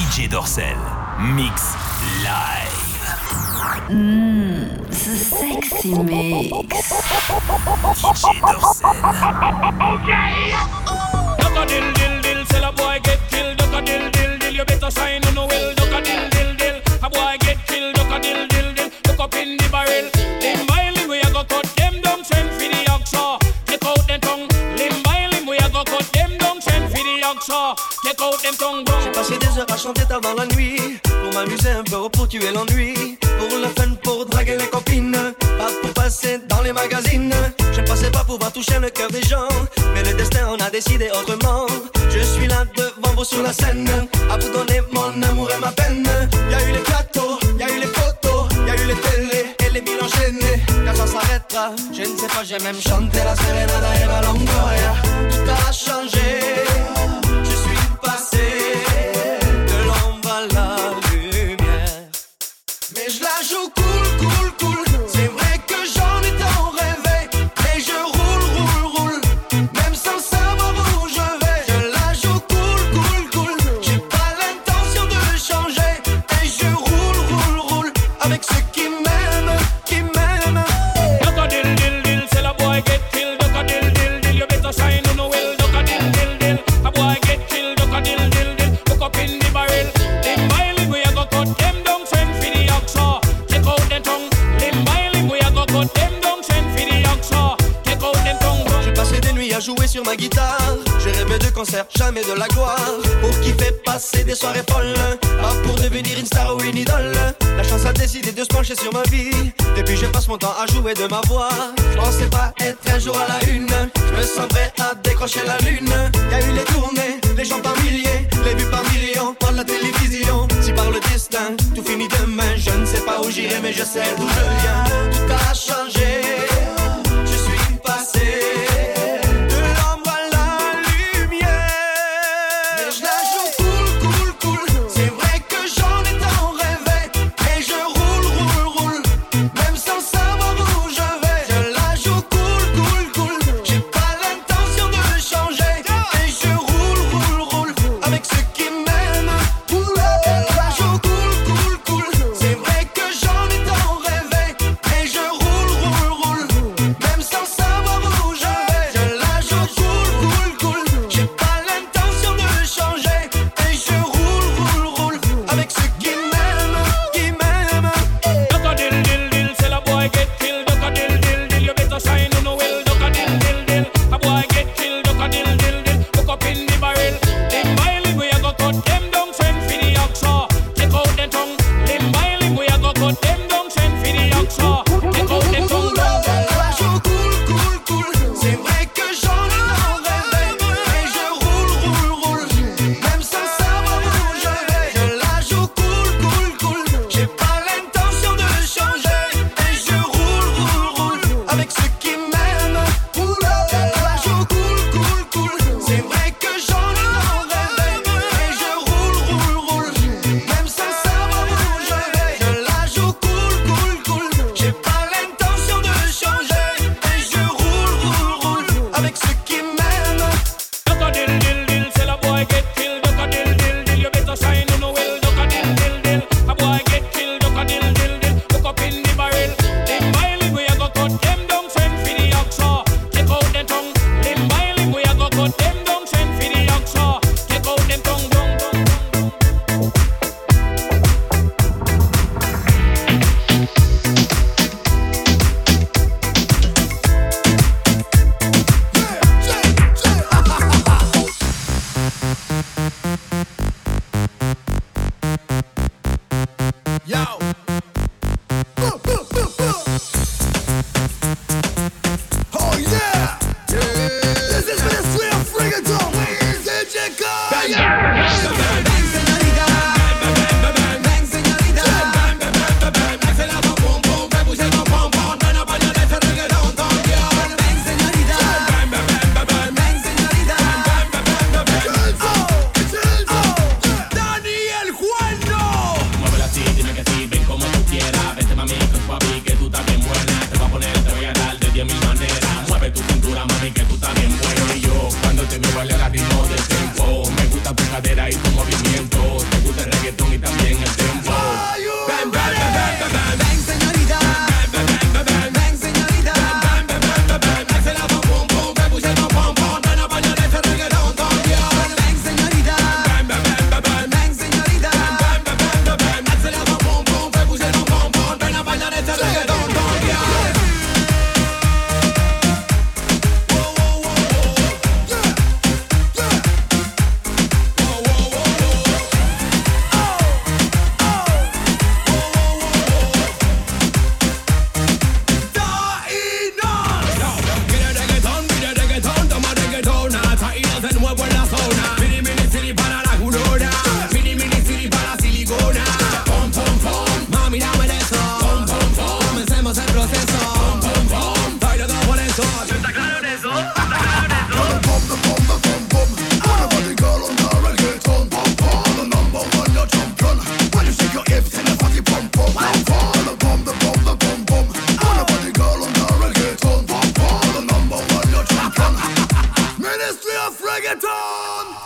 DJ Dorsel, mix live. Sexy mix. DJ Dorsel. Okay. Duck a dill dill dill, sell a boy get killed. Duck a dill dill dill, you better shine on the will. Duck a dill dill dill, a boy get killed. Duck a dill dill dill, look up in the barrel. Limb by limb we a go cut them down, send for the oxa. Take out them tongue. Limb by limb we a go cut them down, send for the oxa. Take out them tongue. J'ai passé des heures à chanter tard dans la nuit, pour m'amuser un peu, pour tuer l'ennui, pour le fun, pour draguer les copines, pas pour passer dans les magazines. Je ne pensais pas pouvoir toucher le cœur des gens, mais le destin en a décidé autrement. Je suis là devant vous sur la scène, à vous donner mon amour et ma peine. Y'a eu les plateaux, y'a eu les photos, y'a eu les télés et les villes enchaînées. Quand ça s'arrêtera, je ne sais pas, j'ai même chanté la Serenata et la Longoria. Tout a changé. Mais je la joue cool, cool, cool. C'est vrai que j'en ai tant rêvé. Mais je roule. Même sans savoir où je vais. Je la joue cool, cool. J'ai pas l'intention de changer. Et je roule. Avec ceux qui m'aiment. Duck a dill dill dill, c'est a boy get killed. Duck a dill dill dill, you better shine on the will. Duck a dill dill dill, a boy get killed. Duck a dill dill dill, look up in the barrel. Limb by limb we a go cut them down, send for the oxa. Take out them tongue. Limb by limb we a go cut them down, send for the oxa. Take out them tongue. J'ai passé des nuits à jouer sur ma guitare. J'ai rêvé de concerts, jamais de la gloire. Pour kiffer, passer des soirées folles. Pas pour devenir une star ou une idole. La chance a décidé de se pencher sur ma vie. Depuis je passe mon temps à jouer de ma voix. Je pensais pas être un jour à la une. Je me sens prêt à décrocher la lune. Y'a eu les tournées, les gens par milliers, les vues par millions, par la télévision. Si par le destin, tout finit demain. Je ne sais pas où j'irai mais je sais d'où je viens. Tout a changé. Je suis passé de l'ombre à la lumière. Mais je la joue cool. C'est vrai que j'en ai tant rêvé. Mais je roule. Même sans savoir où je vais. Je la joue cool. J'ai pas l'intention de changer. Et je roule. Avec ceux qui m'aiment. Je la joue cool. C'est vrai que j'en ai tant rêvé. Et je roule. Même sans savoir où je vais. Je la joue cool. J'ai pas l'intention de changer. Et je roule. Avec ceux qui m'aiment. Duck a dill dill dill, c'est a boy get killed. Duck a dill dill dill, you better shine on the will. Duck a dill dill dill, a boy get killed. Duck a dill dill dill, look up in the barrel. Limb by limb we a go cut them down, send for the oxa. Take out them tongue. Limb by limb we a go cut them down, send for the oxa. Take out them tongue. Je la joue cool. C'est vrai que j'en ai tant rêvé. Et je roule. Même sans savoir où je vais. Je la joue cool. J'ai pas l'intention de changer. Et je roule. Avec ceux qui m'aiment. Je la joue cool. C'est vrai que j'en ai tant rêvé. Et je roule. Même sans savoir où je vais. Je la joue cool. J'ai pas l'intention de changer. Et je roule. Avec ceux qui m'aiment. Duck a dill dill dill, c'est a boy get killed. Duck a dill dill dill, you better shine on the will. Duck a dill dill dill, a boy get killed. Duck a dill dill dill, look up in the barrel. Limb by limb we a go cut them down, send for the oxa. Take out them tongue. Limb by limb we a go cut them down, send for the oxa. Take out them tongue. Yo. Oh yeah. This is for the sweet reggaeton. DJ Kaya. Daniel Juano. Muévela así, dime que sí, ven como tú quieras. Vente mami, con papi, que tú estás bien buena. Te voy a poner, te voy a dar de 10.000 maneras. Mueve tu cintura, mami, que tú estás bien buena. Y yo, cuando te veo bailar a ritmo de tempo, me gusta tu cadera y tu movimiento. Te gusta el reggaetón. Ministry of Reggaeton.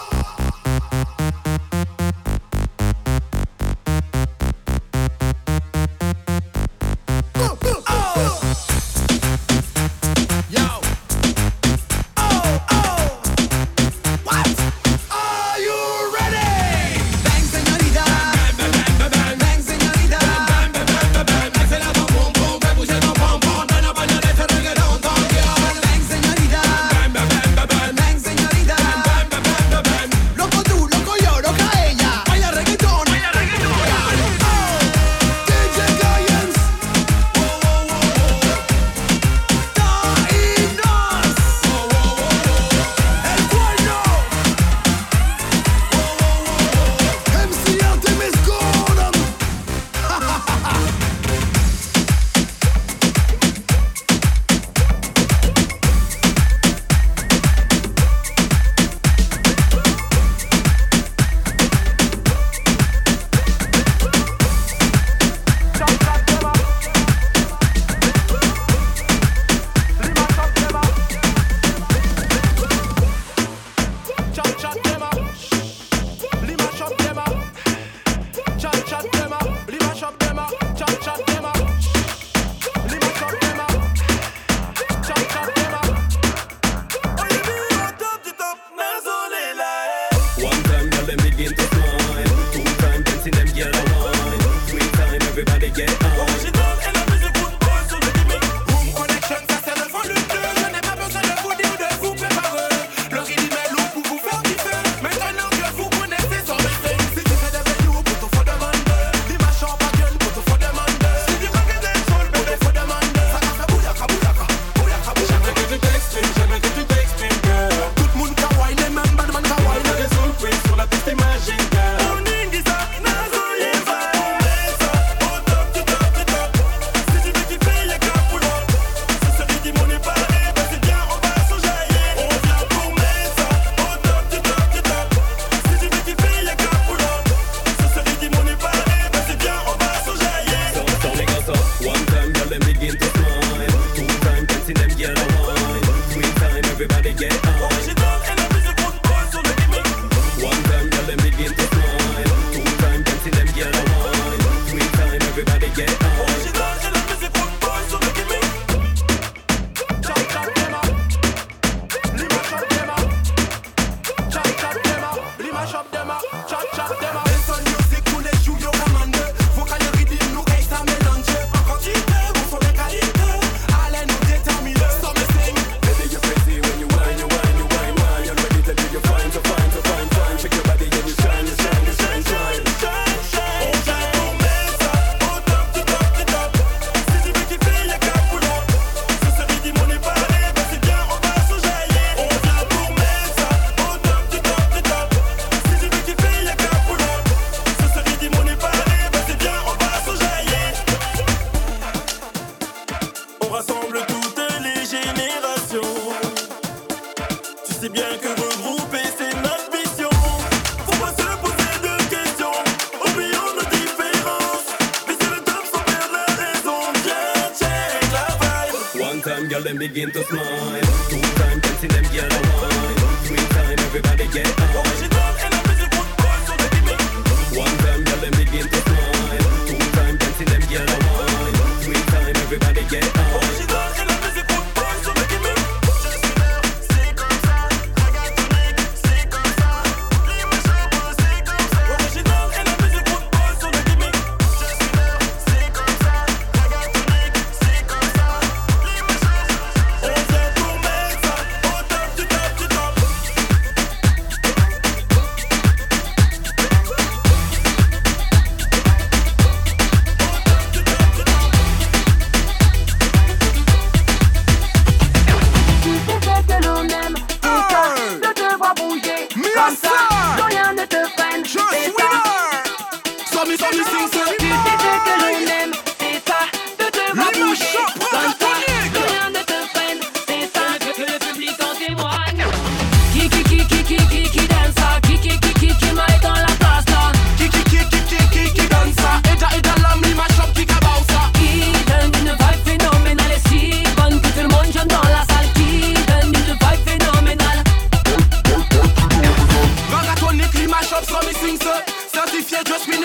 Begin to smile. 2 times dancing them girl a wine. 3 times everybody get high. Original and a music good boy so they give me. 1 time girl them begin to smile. 2 times dancing them girl a wine. 3 times everybody get high. Original and a music good boy so they give me. Je suis là, c'est comme ça. Regarde c'est comme ça. Les machins c'est comme ça. Original and a music good boy so they give me. Je suis là, c'est comme ça. Regarde c'est comme ça. Les machins. On vient pour mettre ça au top du top.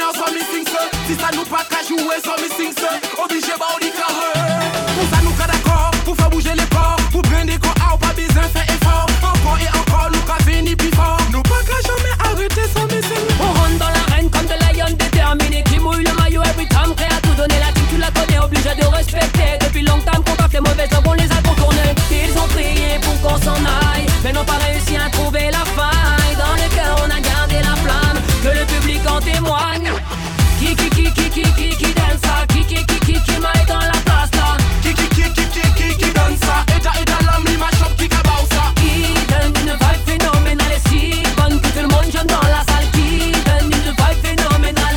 en soi, me sing ça. Si ça nous pas qu'à jouer, ça me sing ça. Obligé, bah, on dit carré. Pour ça, nous qu'à d'accord, pour faire bouger les corps. Pour prendre des corps, pas besoin de faire effort. Encore et encore, nous qu'à venir plus fort. Nous pas qu'à jamais arrêter, ça me sing. On rentre dans l'arène comme des lions déterminés. Qui mouille le maillot every time, prêt à tout donner. La team, tu la connais, obligé de respecter. Depuis longtemps qu'on tape les mauvaises langues, on les a contournées. Ils ont prié pour qu'on s'en aille, mais n'ont pas réussi à trouver la faille. Dans le cœur, on a gardé la flamme, que le public en témoigne. Qui donne ça? Qui m'aille dans la place là? Qui donne ça? Eda l'homme, li mash up, qui cabao ça? Qui donne une vibe phénoménale et si bonne que tout le monde jeune dans la salle. Qui donne une vibe phénoménale.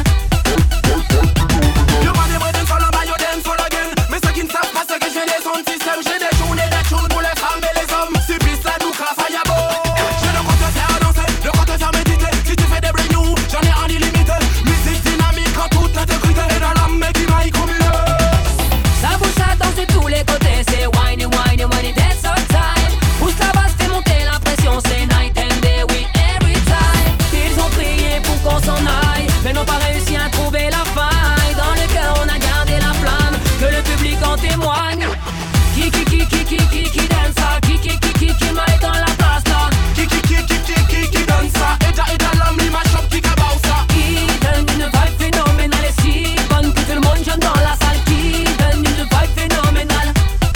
Yo pas des vrais d'un sol en bas, yo d'un sol again. Mais ceux qui ne savent pas ce que je fais des sons de système. J'ai des journées d'actions pour les femmes et les hommes. C'est plus ça, nous crasse à yabo. J'ai le compte te faire danser, le compte te faire méditer. Si tu fais des break news, j'en ai en illimité. Musique dynamique en toute intégrité. Et dans l'homme, mec, il m'aille comme une. Ça bouge, ça danse de tous les côtés. C'est whiny, whiny, whiny, dance all time. Pousse la basse, fait monter la pression. C'est night and day, we every time. Ils ont prié pour qu'on s'en aille, mais n'ont pas réussi à trouver la faille. Dans le cœur, on a gardé la flamme, que le public en témoigne. Qui donne ça? Qui m'aille dans la place là? Qui donne ça? Eda l'homme, li mash up, qui cabao ça? Qui donne une vibe phénoménale et si bonne que tout le monde jeune dans la salle. Qui donne une vibe phénoménale.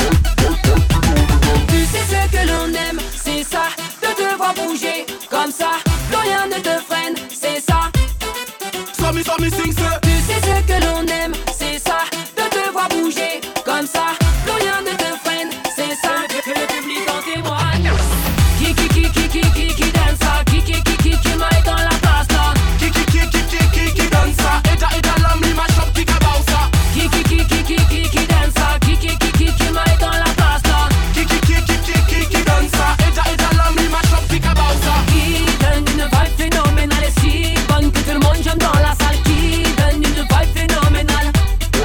Tu sais ce que l'on aime, c'est ça, de te voir bouger comme ça, plus rien ne te freine, c'est ça. So me sing ça. Tu sais ce que l'on aime, c'est ça, de te voir bouger comme ça, plus rien ne te freine, c'est ça, que le public en témoigne. Qui donne ça? Qui m'aille dans la place là? Qui donne ça? Eda l'homme, li mash up, qui cabao ça? Qui donne ça? Qui m'aille dans la place là? Qui donne ça? Eda l'homme, li mash up, qui cabao ça? Qui donne une vibe phénoménale et si bonne que tout le monde j'aime dans la salle. Qui donne une vibe phénoménale.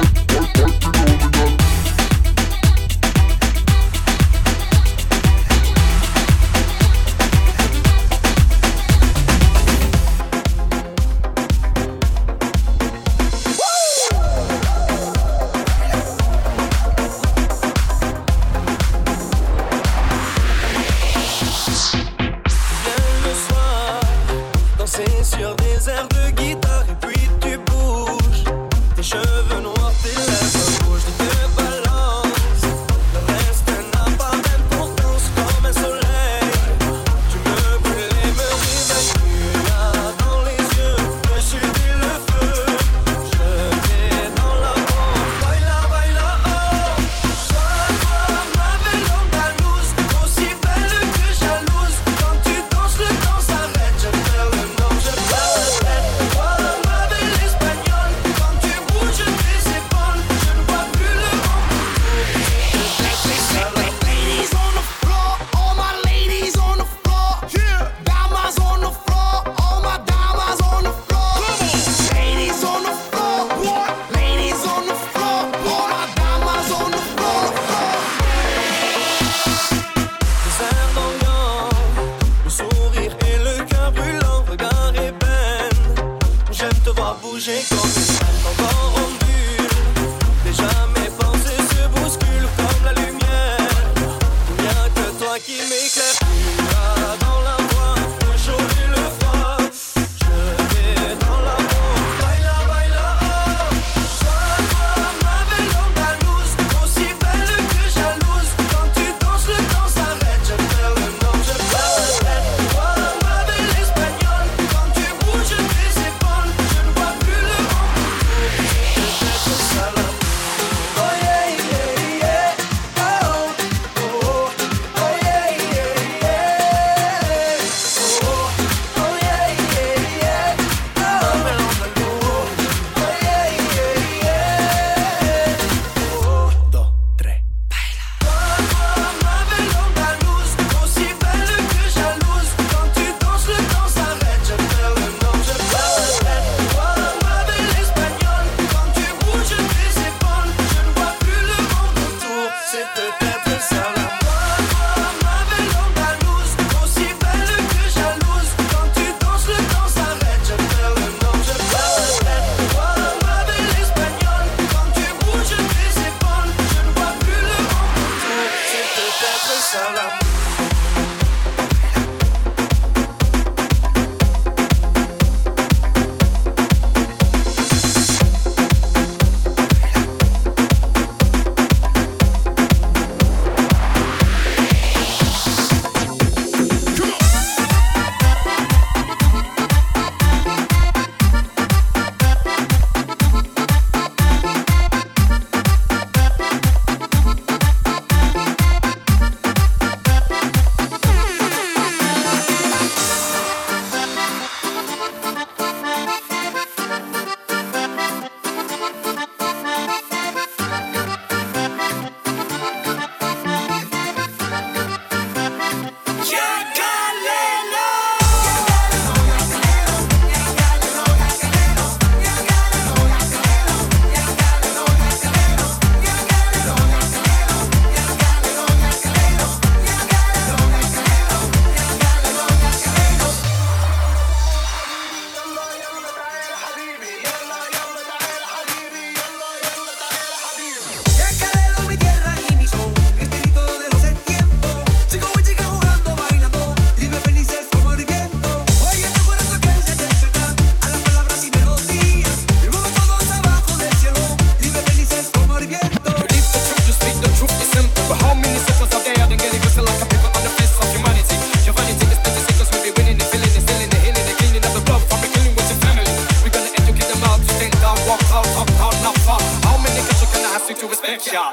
Le soir, danser sur des airs de guitare et puis tu bouges. Tes cheveux noirs, tes lèvres rouges, tu te balances. Le reste n'a pas d'importance comme un soleil. Tu me brûles et me réveilles. Tu as dans les yeux, je suis le feu. Je vais dans la bombe, baila, baila, oh. Sois ma belle andalouse, aussi belle que jalouse. Quand tu danses, le temps s'arrête. Je perds le nord, je perds la tête. Toi, ma belle espagnole, quand tu bouges tes épaules, je ne vois plus le vent. Ladies on the floor, all my ladies on the floor. Yeah. Damas on the floor, all my damas on the floor. Ladies on the floor, what? Ladies on the floor, all my damas on the floor. Des airs d'ambiance, le sourire et le cœur brûlant, regard ébène. J'aime te voir bouger comme une femme encore en bulle. Déjà mes pensées se bousculent comme la lumière. Il n'y a que toi qui m'éclaire. Tu as dans la voix le chaud et le froid. Je vais dans la bombe, baila, baila, oh. Sois ma belle andalouse, aussi belle que jalouse. Quand tu danses, le temps s'arrête. Je perds le nord, je perds la tête. Toi, ma belle espagnole, quand tu bouges tes épaules, je ne vois plus le vent. section.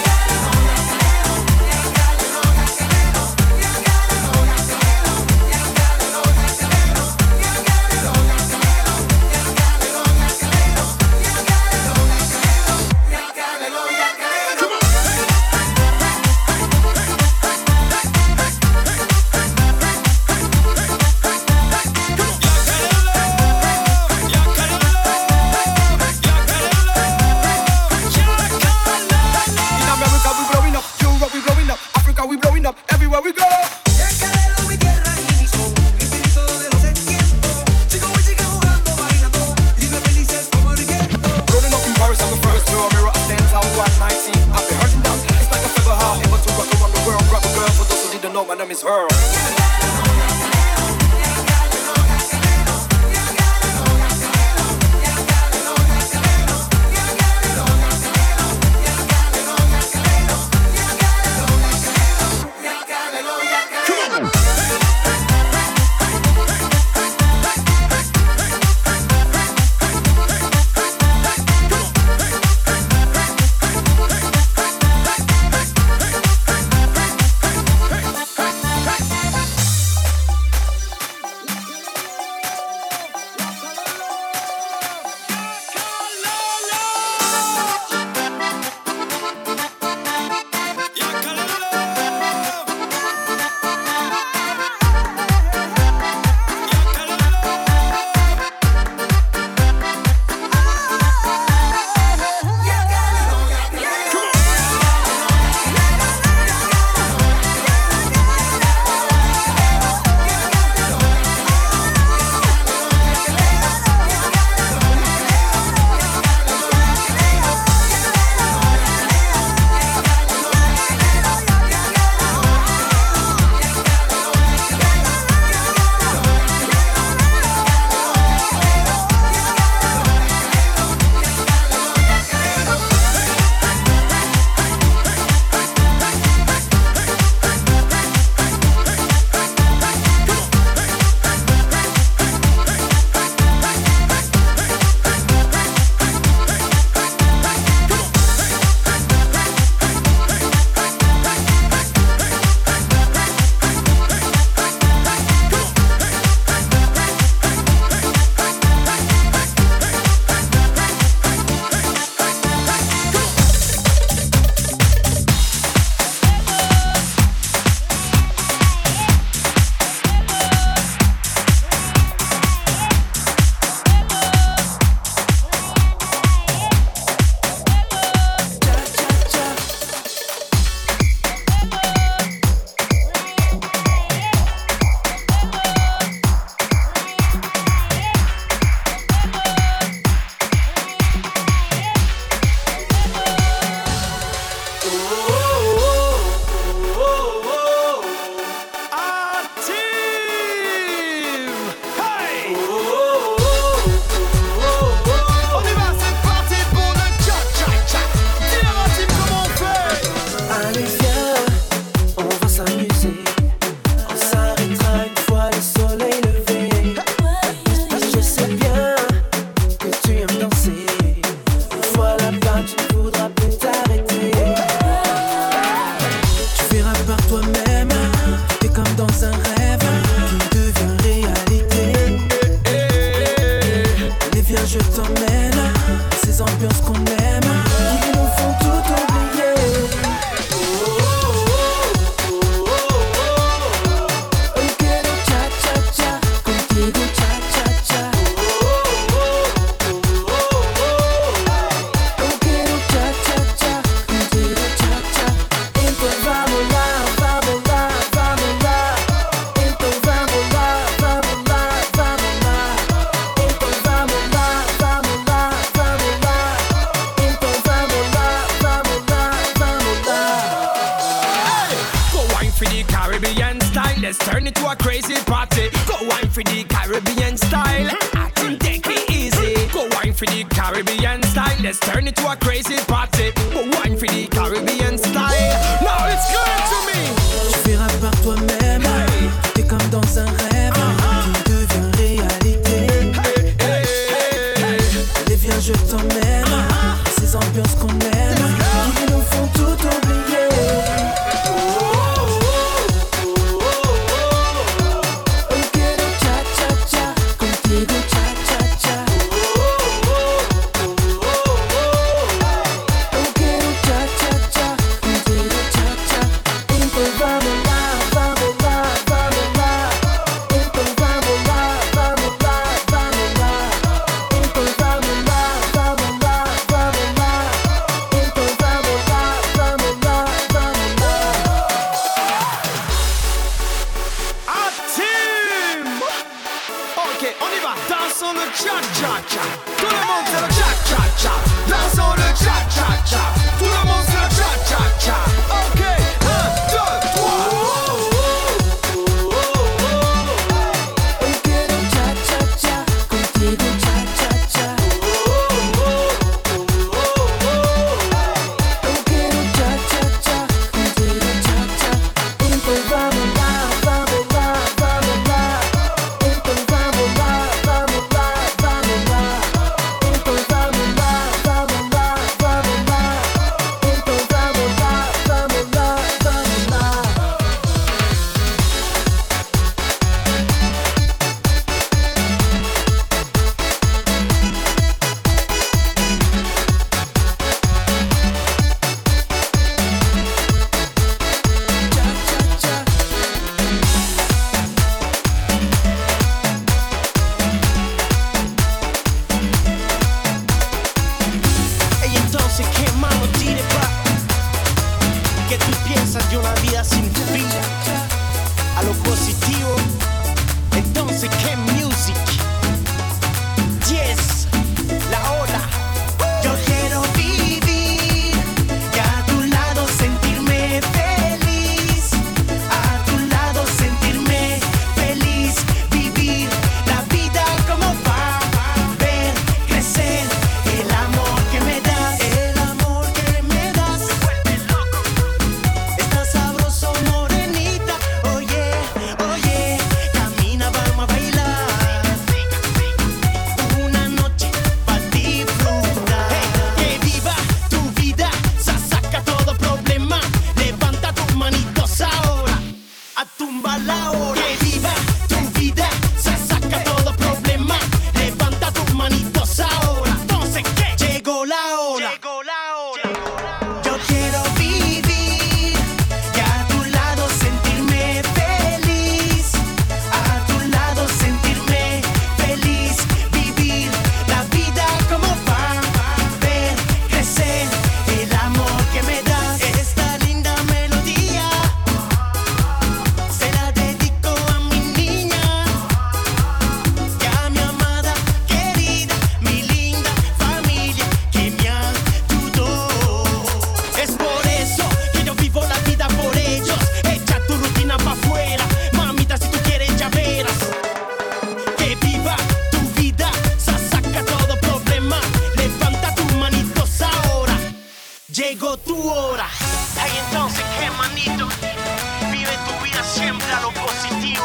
Let's turn it to a crazy party. Go wine for the Caribbean style. Acting, take it easy. Go wine for the Caribbean style. Let's turn it to a crazy party. Go wine for the Caribbean style. Now it's good to me. Tu verras par toi-même. Hey. T'es comme dans un rêve qui devient réalité. Hey, hey, hey, hey. Allez viens je t'emmène. Ces ambiances qu'on aime. Ok, on y va. Dansons le cha-cha-cha. Tout le monde c'est le cha-cha-cha. Dansons le cha-cha-cha. Tout le monde c'est le cha-cha-cha. Ok, 1, 2, 3. Llegó tu hora. Ay, entonces, ¿qué, manito? Vive tu vida siempre a lo positivo,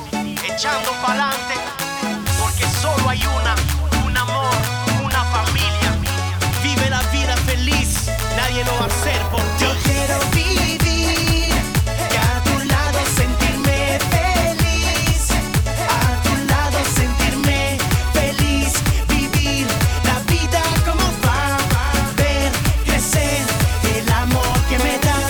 echando pa'lante, porque solo hay un amor, una familia. Vive la vida feliz, nadie lo va a hacer por ti. Yo quiero vivir y a tu lado sentirme feliz, a tu lado sentirme feliz, vivir la vida como va, ver crecer el amor que me das.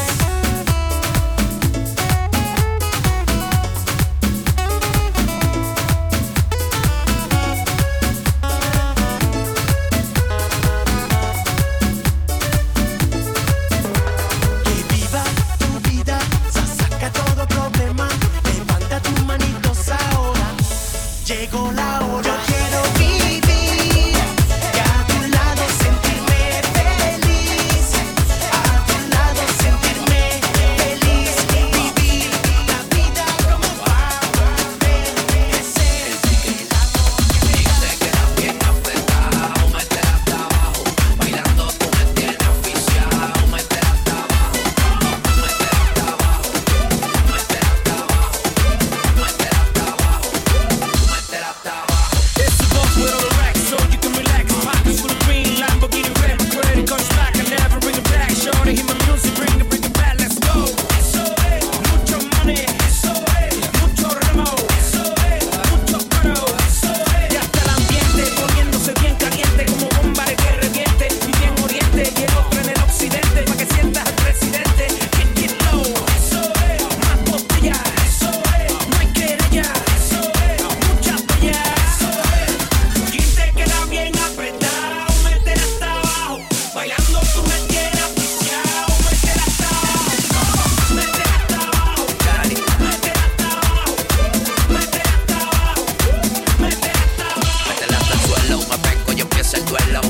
Que viva tu vida, saca todo problema, levanta tus manitos ahora, llegó la hora. Yo quiero vivir y a tu lado sentirme feliz, a tu lado sentirme feliz, vivir la vida como va, ver crecer el amor que me das. Te quedas bien apretado, métete hasta abajo, bailando tú me tienes oficiado, métete hasta abajo, métete hasta abajo, métete hasta abajo, métete hasta abajo, métete hasta abajo.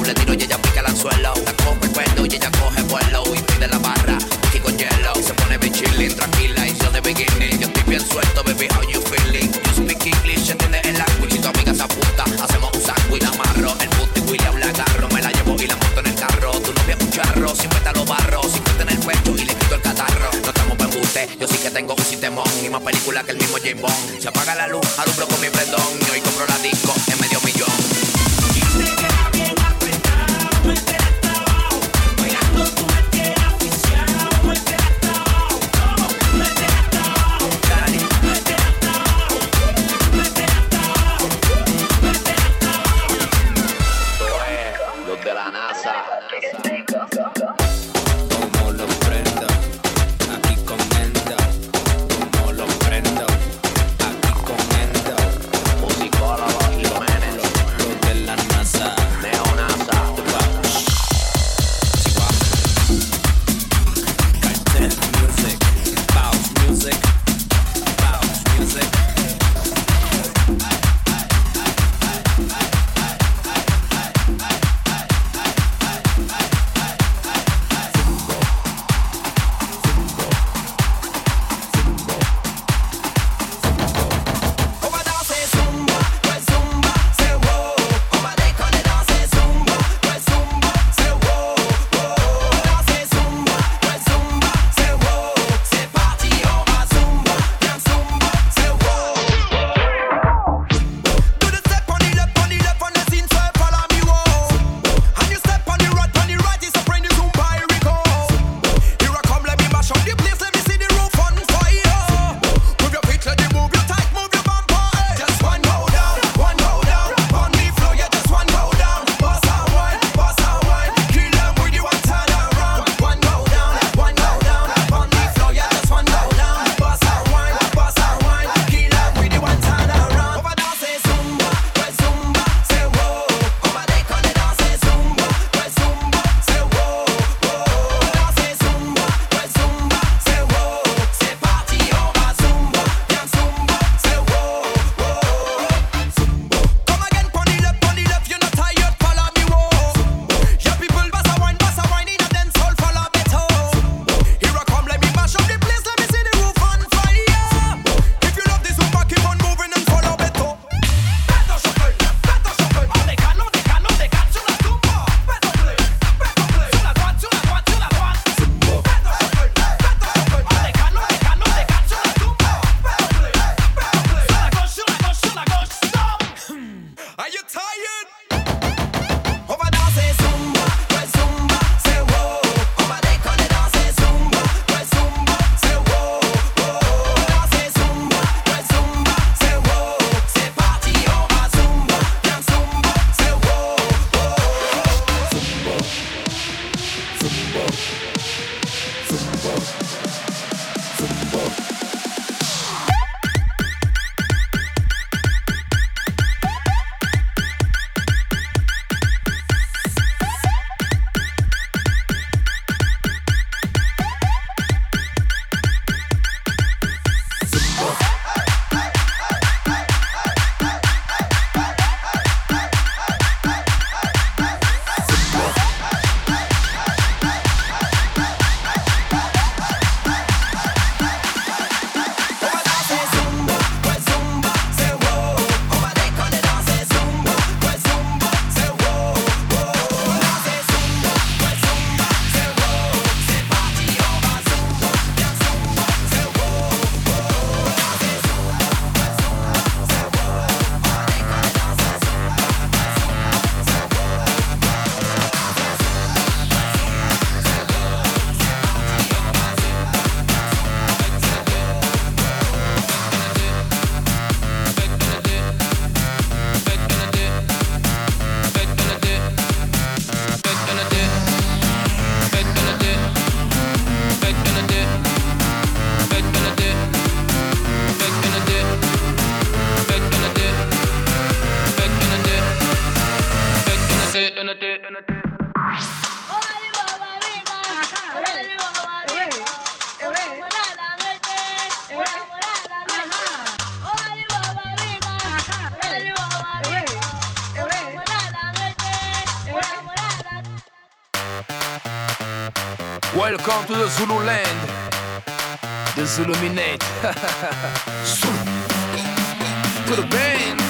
Le tiro y ella pica el anzuelo. La cojo pecuendo y ella coge vuelo. Y pide la barra, whisky con hielo. Se pone bien chilling, tranquila y yo de beginning. Yo estoy bien suelto, baby, how you feeling? You speak English, entiende el language. Y tu amiga se apunta, hacemos un sándwich. La amarro, el puto y William la agarro. Me la llevo y la monto en el carro. Tu novia es un charro, sin pétalo barro. Sin corte en el pecho y le quito el catarro. No estamos pa' embuste, yo sí que tengo un sistemón. Y más película que el mismo James Bond. Se apaga la luz, alumbro con mi prendón. Y hoy compro la disco en medio millón. Y se queda bien apretado, muévete hasta abajo. Bailando tú me tienes aficiado, muévete hasta abajo. Muévete hasta abajo, dale, muévete hasta abajo. Muévete hasta abajo, muévete hasta abajo. Los de la NASA. Como lo prendo, aquí con Endo. Como lo prendo, aquí con Endo. Musicólogo. Welcome to the Zulu land. The Zuluminate. Zulu. To the band.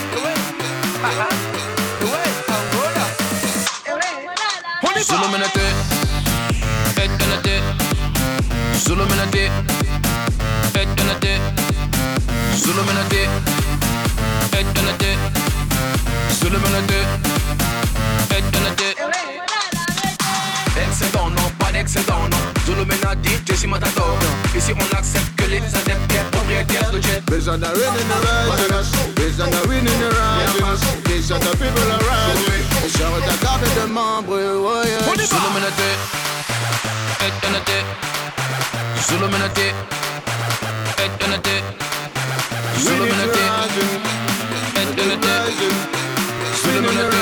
Zuluminate. Etenate. Zuluminate. Etenate. Zuluminate. Etenate. Zuluminate. Etenate. Excédent, non, pas d'excédent, non. Zuluminati, Jesse Matador. Ici on accepte que les adeptes propriétaires de jet. These are the wind in the rising. These are the wind in the rising. These are the people arising. Je regarde de membres, ouais. Zuluminati. Etenate. Zuluminati. Etenate. Zuluminati. Etenate. Zuluminati.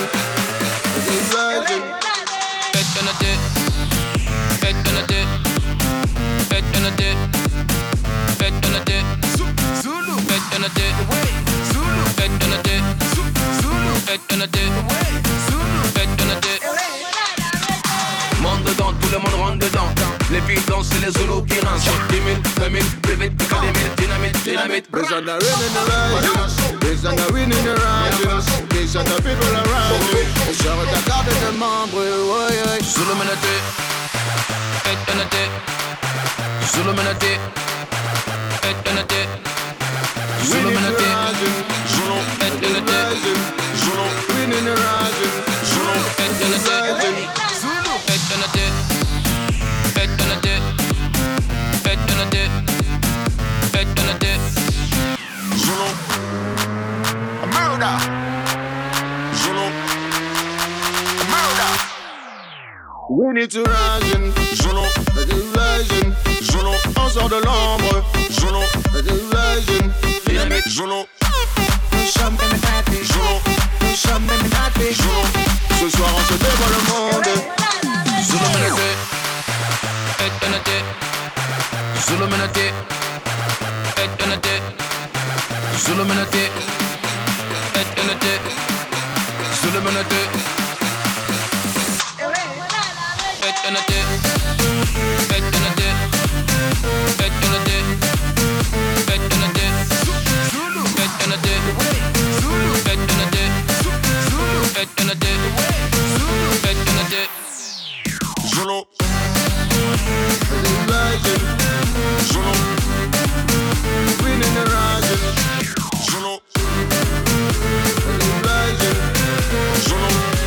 Etenate. Etenate. Etenate. Etenate. Zulu. Etenate. Zulu. Etenate. Zulu. Etenate. Zulu. Etenate. Monde dedans, tout le monde rentre dedans. Les filles dansent, c'est les Zoulous qui rincent. 10 000, 20 000, plus vite, plus qu'à 10 000. Dynamite, dynamite. These are the wind in the rising. These are the wind in the rising. These are the people arising. Je regarde de membres, ouais. Zuluminati. Etenate. Zuluminati. Etenate. Zuluminati. Zulu. Etenate. Zulu. Wind in the rising. Zulu. Etenate. Zulu. Etenate. Etenate. Etenate. Etenate. Zulu. A murder. Zulu. A murder. We need to rising. Zulu. Rising. Zulu. On sort de l'ombre. Zulu. Rising. Dynamite. Zulu. Zulu. Ce soir on se dévoile le monde. Zuluminati. Etenate. Zuluminati. Etenate. Zuluminati. Etenate. Zuluminati. Etenate. Etenate. Etenate. Etenate. Zulu. Etenate. Zulu. Etenate. Zulu. Etenate. Zulu. Etenate. Zulu. Rising. Zulu. Wind in the rising. Zulu. Rising. Zulu.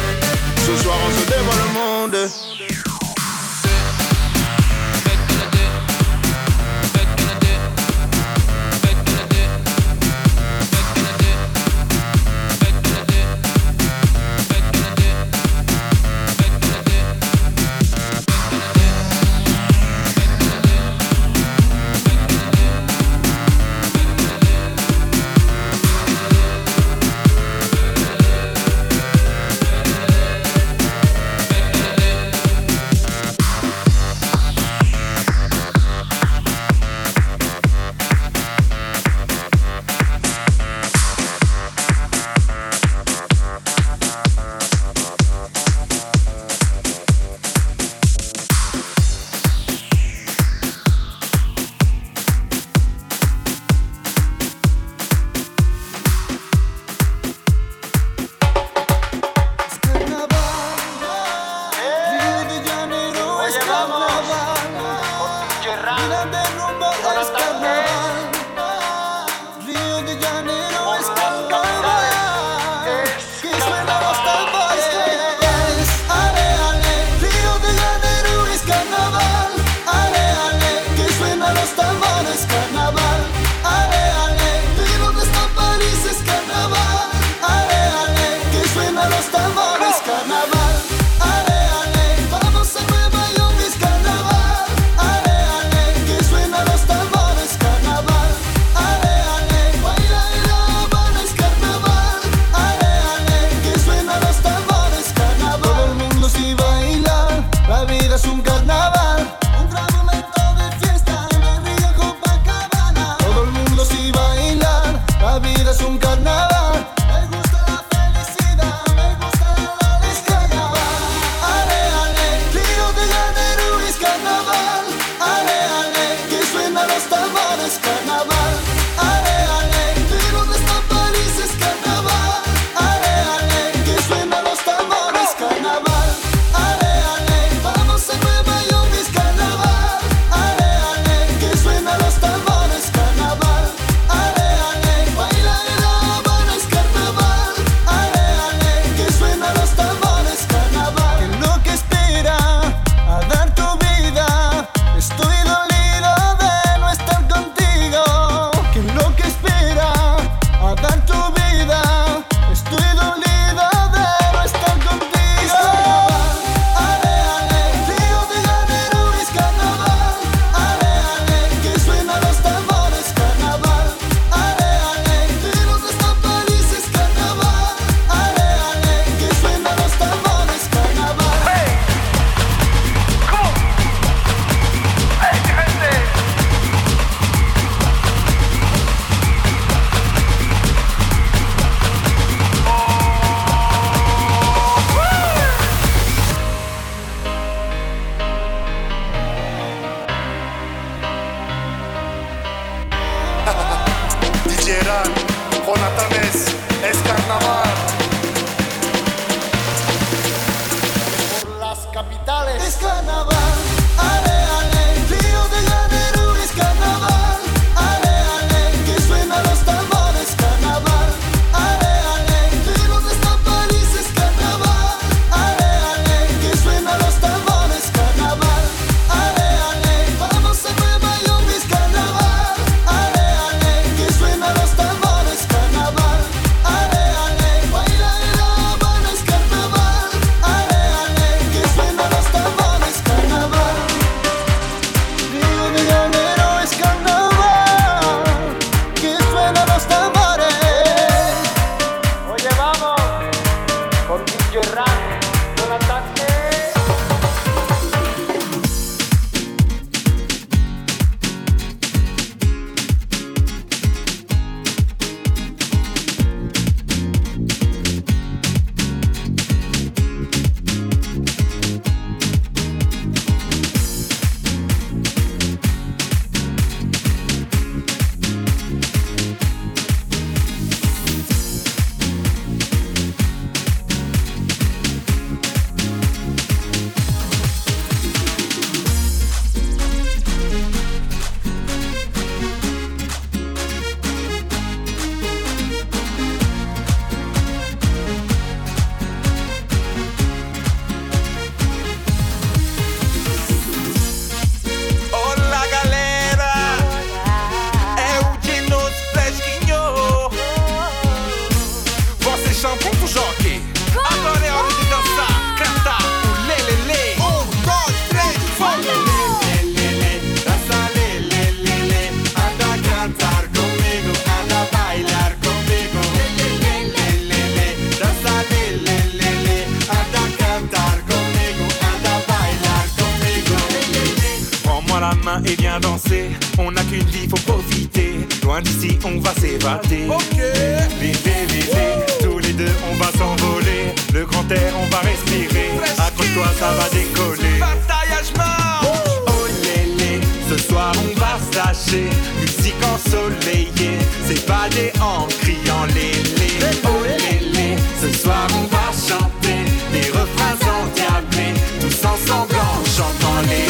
Et viens danser, on n'a qu'une vie, faut profiter. Loin d'ici, on va s'évader. Ok. Bébé, tous les deux, on va s'envoler. Le grand air, on va respirer. Accroche-toi, ça va décoller. Bataillage marche. Oh lélé, ce soir on va se lâcher. Musique ensoleillée, s'évader en criant lélé. Oh lélé, ce soir on va chanter. Des refrains endiablés, tous ensemble en chantant lélé.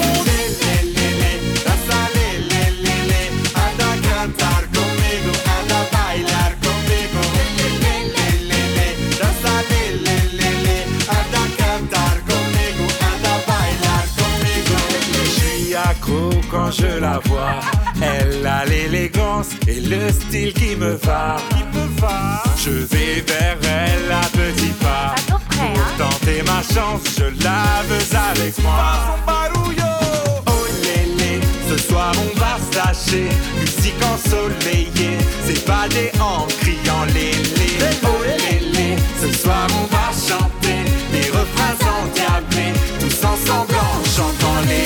Quand je la vois, elle a l'élégance et le style qui me va. Je vais vers elle à petits pas. Pour tenter ma chance, je la veux avec moi. Oh lélé, ce soir on va se lâcher. Musique ensoleillée, s'évader en criant lélé. Oh lélé, ce soir on va chanter. Des refrains endiablés, tous ensemble en chantant lélé.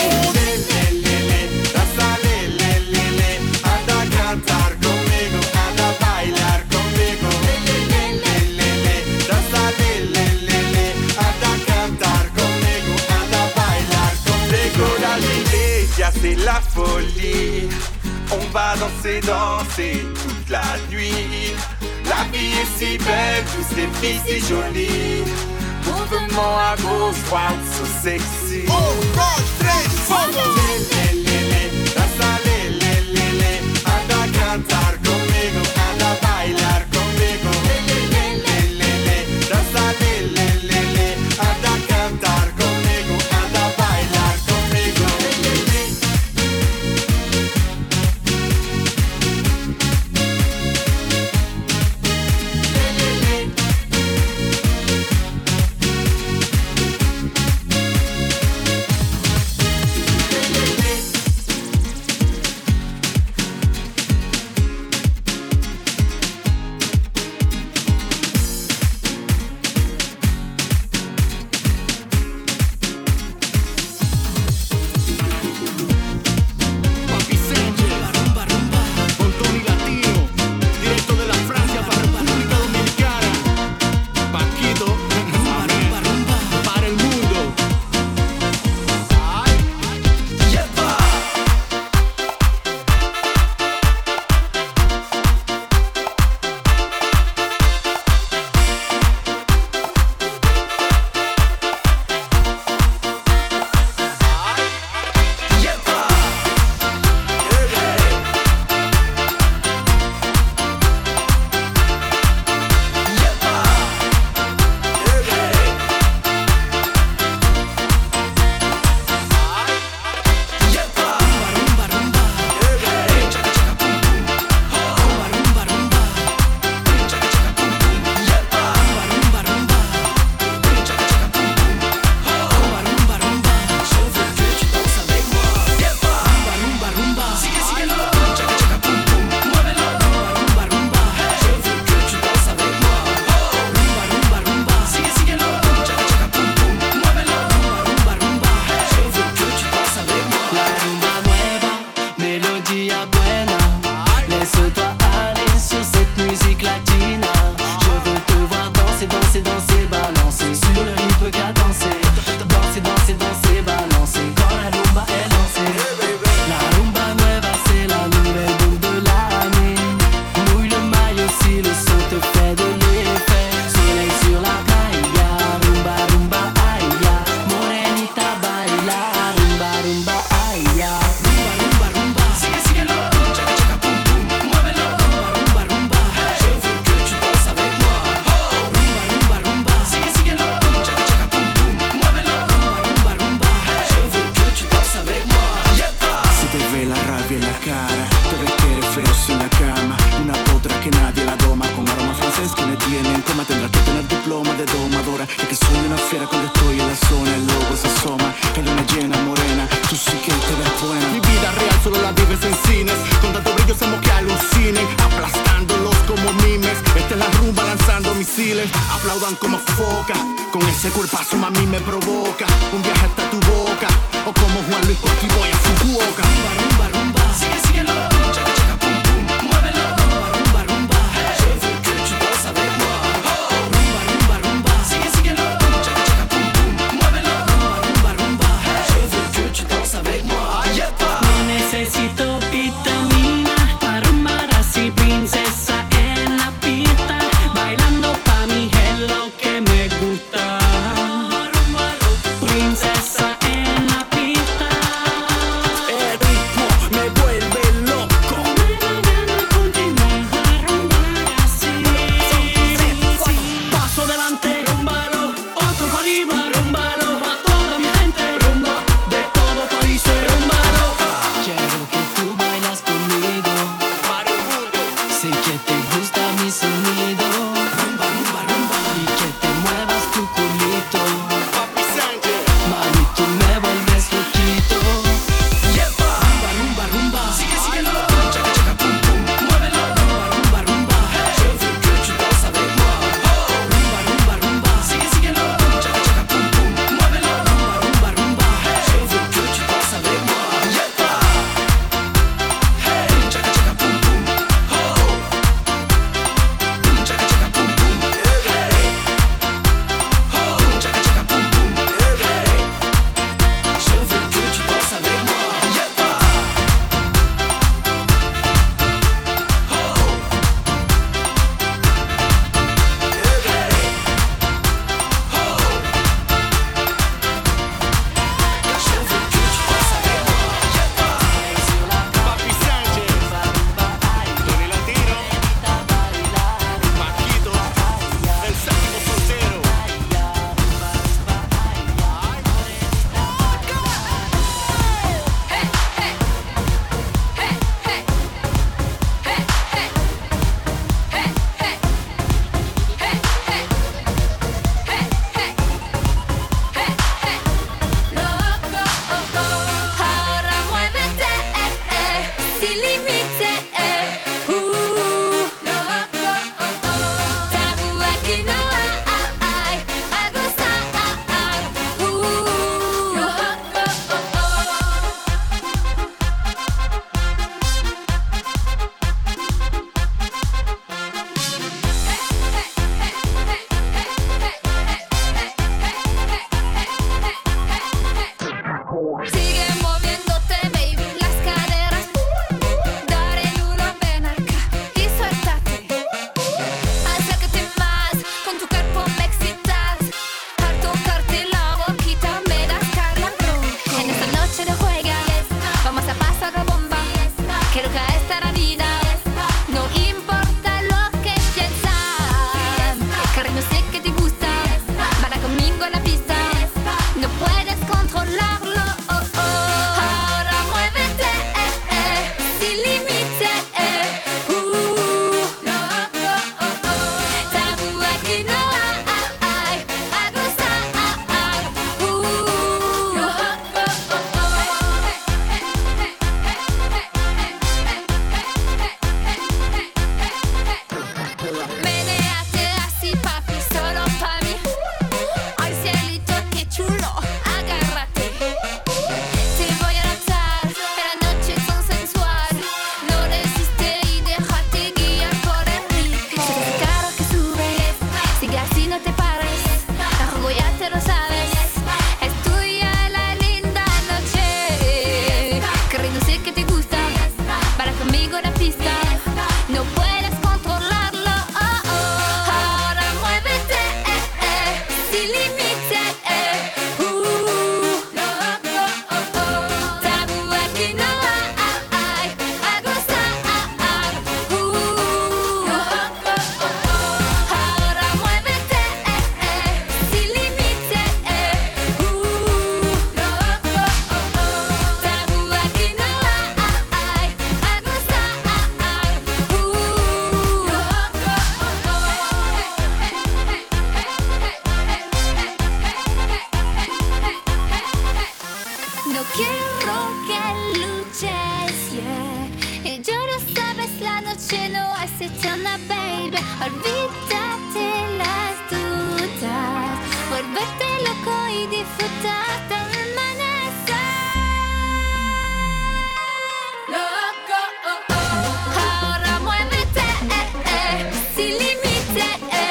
C'est la folie, on va danser toute la nuit. La vie est si belle, tous les filles si jolies. Mouvement à gauche, droite, so sexy. Oh, gauche, tres, vamos! Danza, lelelele, anda a cantar conmigo, anda a bailar conmigo. Lelelele, danza, lelelele, anda a cantar conmigo, anda a bailar conmigo. en coma tendrás que tener diploma de domadora. Y que soy una fiera cuando estoy en la zona. El lobo se asoma, en luna llena, morena. Tú sí que te ves buena. Mi vida real solo la vives en cines. Con tanto brillo hacemos que alucinen, aplastándolos como mimes. Esta es la rumba lanzando misiles. Aplaudan como foca. Con ese cuerpazo mami me provoca. Un viaje hasta tu boca. O como Juan Luis Costi voy a Fukuoka. Rumba, rumba, rumba. Sigue, síguelo. Chaca, chaca, pum, pum. Muévelo. Rumba, rumba, rumba. Je veux que tu danses avec moi. Rumba, rumba, rumba. Sigue, síguelo. Chaca, chaca, pum, pum. Muévelo. Rumba, rumba, rumba. Je veux que tu danses avec moi. No necesito vitamina para rumbar así, princesa en la pista. Bailando pa' mi es lo que me gusta. Princesa en la pista. El ritmo me vuelve loco. Olvídate las dudas, volverte loco y disfrutar de amanecer. Loco, oh, oh. Ahora muévete, sin límite,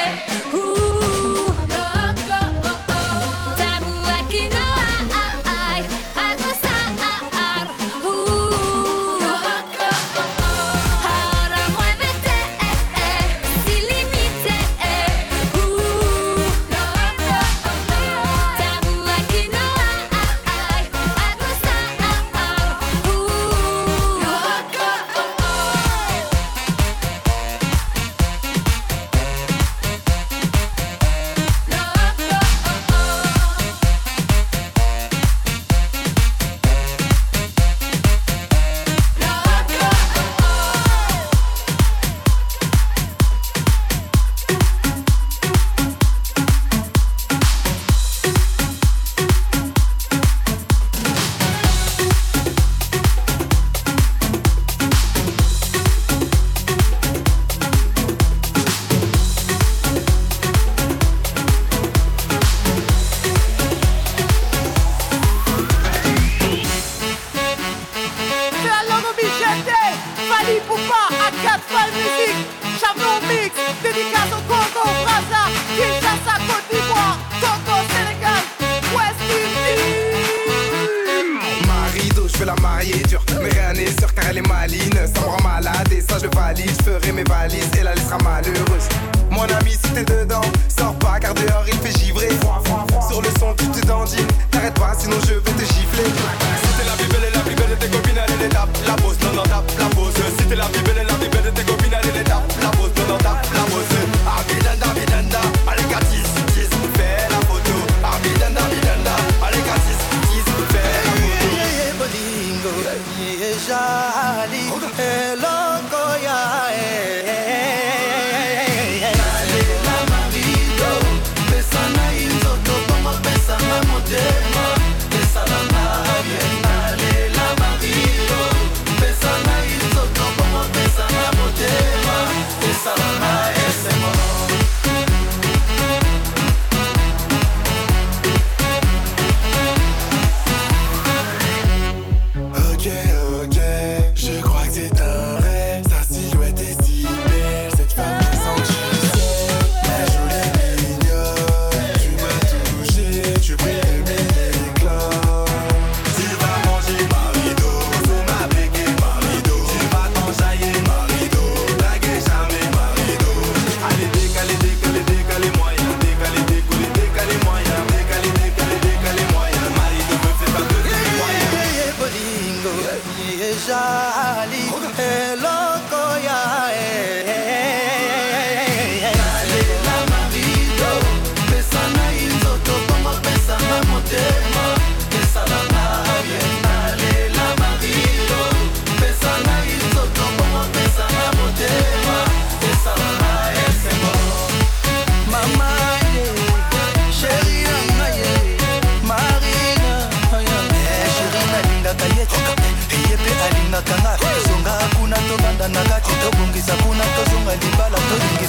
loco, oh, oh. Tabú aquí no hay, a gozar, loco, oh, oh. Ahora muévete, sin límite, loco, oh, oh. Tabú aquí no hay, a gozar, loco, oh, oh. C'est la langue obligée, Fali Poupa, à 4 Fall Music, Champion Mix, dédicace au Congo, Brazza, Kinshasa, Côte d'Ivoire, Togo, Sénégal, West Indies. Marido, je veux la marier dure, mais rien n'est sûr car elle est maline. Ça me rend malade et ça je valide, je ferai mes valises et la laissera malheureuse. Mon ami si t'es dedans, sors pas car dehors il fait givrer. Sur le son tu te dandines, t'arrêtes pas sinon je vais te gifler. Si t'es la plus belle de tes copines, allez les tape la pose, non non tape la pose. Si t'es la plus belle de tes copines, allez les tape la pose, non non tape la pose. Abidanda, bidanda, allez Katis, tis, fais la photo. Abidanda, bidanda, allez Katis, tis, fais la photo. Bolingo, jali, loco ya, la marido, besana inzoto, como besana modema, besana bien, la marido, besana inzoto, como besana modema, besana ese mono. Ok, ok, je crois que c'est un rêve. Sa silhouette est si belle, cette femme sans tu sais. Mais je l'ai mignonne, tu m'as touché, tu brilles mes éclats. Tu vas manger marido, faut m'appliquer marido. Tu vas t'enjailler marido, blaguer jamais marido. Allez décaler, décaler, décaler moyen, décaler, décoller, décaler moyen, décaler, décaler, décaler moyen. Marido me fait pas de moyen. Bolingo, jali, loco ya, la marido, besana inzoto, como besana modema, besana bien, la marido, besana inzoto, como besana modema, besana ese mono. Mama, chérie, Marina, chérie, nalinga kayete. Yepe alinga kanga songa kuna tobanda nakati tobungisa kuna tozonga libala tolinge